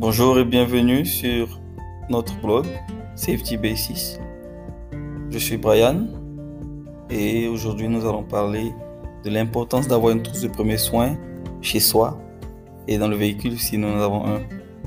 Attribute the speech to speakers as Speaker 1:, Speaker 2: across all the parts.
Speaker 1: Bonjour et bienvenue sur notre blog Safety Basis. Je suis Brian et aujourd'hui nous allons parler de l'importance d'avoir une trousse de premiers soins chez soi et dans le véhicule si nous en avons un.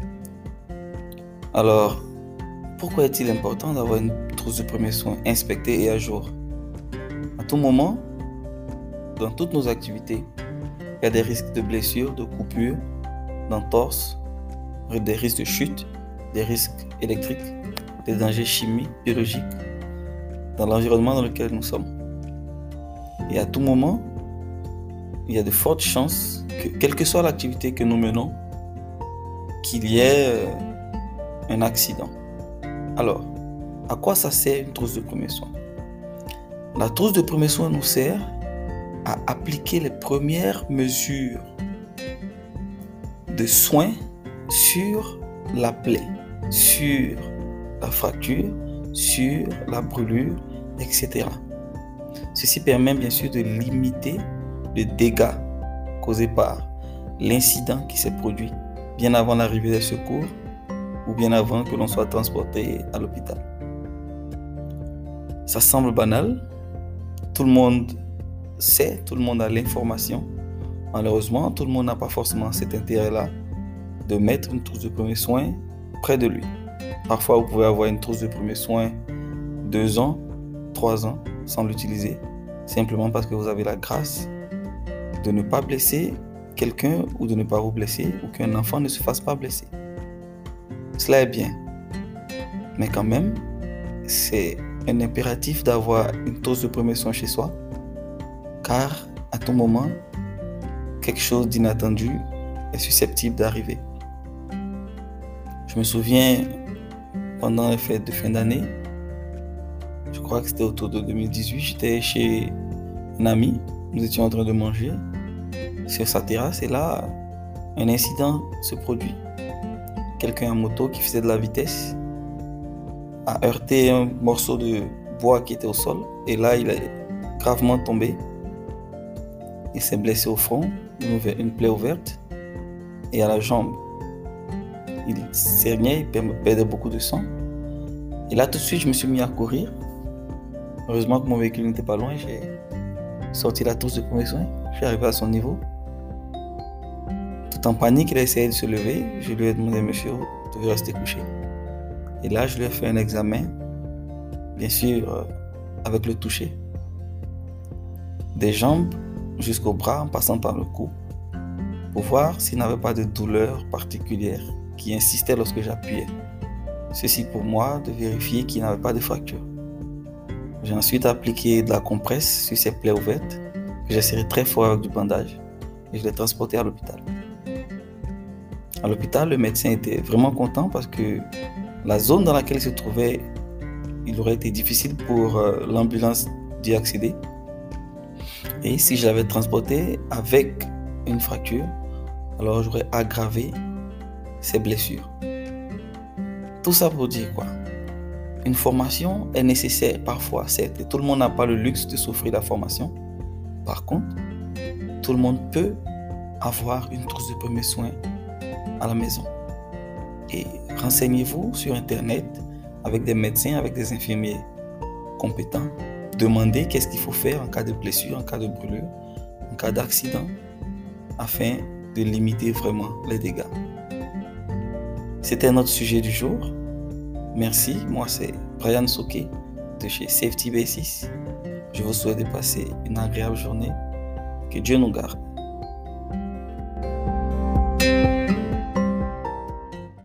Speaker 1: Alors, pourquoi est-il important d'avoir une trousse de premiers soins inspectée et à jour? À tout moment, dans toutes nos activités, il y a des risques de blessures, de coupures, d'entorses, des risques de chute, des risques électriques, des dangers chimiques, biologiques dans l'environnement dans lequel nous sommes. Et à tout moment, il y a de fortes chances que, quelle que soit l'activité que nous menons, qu'il y ait un accident. Alors, à quoi ça sert une trousse de premiers soins? La trousse de premiers soins nous sert à appliquer les premières mesures de soins sur la plaie, sur la fracture, sur la brûlure, etc. Ceci permet bien sûr de limiter les dégâts causés par l'incident qui s'est produit bien avant l'arrivée des secours ou bien avant que l'on soit transporté à l'hôpital. Ça semble banal, tout le monde sait, tout le monde a l'information. Malheureusement, tout le monde n'a pas forcément cet intérêt-là de mettre une trousse de premiers soins près de lui. Parfois, vous pouvez avoir une trousse de premiers soins 2 ans, 3 ans sans l'utiliser, simplement parce que vous avez la grâce de ne pas blesser quelqu'un ou de ne pas vous blesser ou qu'un enfant ne se fasse pas blesser. Cela est bien, mais quand même, c'est un impératif d'avoir une trousse de premiers soins chez soi, car à tout moment, quelque chose d'inattendu est susceptible d'arriver. Je me souviens, pendant les fêtes de fin d'année, je crois que c'était autour de 2018, j'étais chez un ami, nous étions en train de manger sur sa terrasse et là, un incident se produit. Quelqu'un en moto qui faisait de la vitesse a heurté un morceau de bois qui était au sol et là, il est gravement tombé. Il s'est blessé au front, une plaie ouverte et à la jambe. Il saignait, il perdait beaucoup de sang. Et là, tout de suite, je me suis mis à courir. Heureusement que mon véhicule n'était pas loin. J'ai sorti la trousse de premiers soins. Je suis arrivé à son niveau. Tout en panique, il a essayé de se lever. Je lui ai demandé, monsieur, vous devez rester couché. Et là, je lui ai fait un examen, bien sûr, avec le toucher. Des jambes jusqu'au bras, en passant par le cou, pour voir s'il n'avait pas de douleur particulière qui insistait lorsque j'appuyais. Ceci pour moi de vérifier qu'il n'avait pas de fracture. J'ai ensuite appliqué de la compresse sur ses plaies ouvertes, que j'ai serré très fort avec du bandage, et je l'ai transporté à l'hôpital. À l'hôpital, le médecin était vraiment content parce que la zone dans laquelle il se trouvait, il aurait été difficile pour l'ambulance d'y accéder. Et si je l'avais transporté avec une fracture, alors j'aurais aggravé ses blessures. Tout ça pour dire quoi? Une formation est nécessaire parfois, certes, et tout le monde n'a pas le luxe de s'offrir la formation. Par contre, tout le monde peut avoir une trousse de premiers soins à la maison. Et renseignez-vous sur Internet avec des médecins, avec des infirmiers compétents. Demandez qu'est-ce qu'il faut faire en cas de blessure, en cas de brûlure, en cas d'accident, afin de limiter vraiment les dégâts. C'était notre sujet du jour. Merci, moi c'est Brian Soke de chez Safety Basis. Je vous souhaite de passer une agréable journée. Que Dieu nous garde.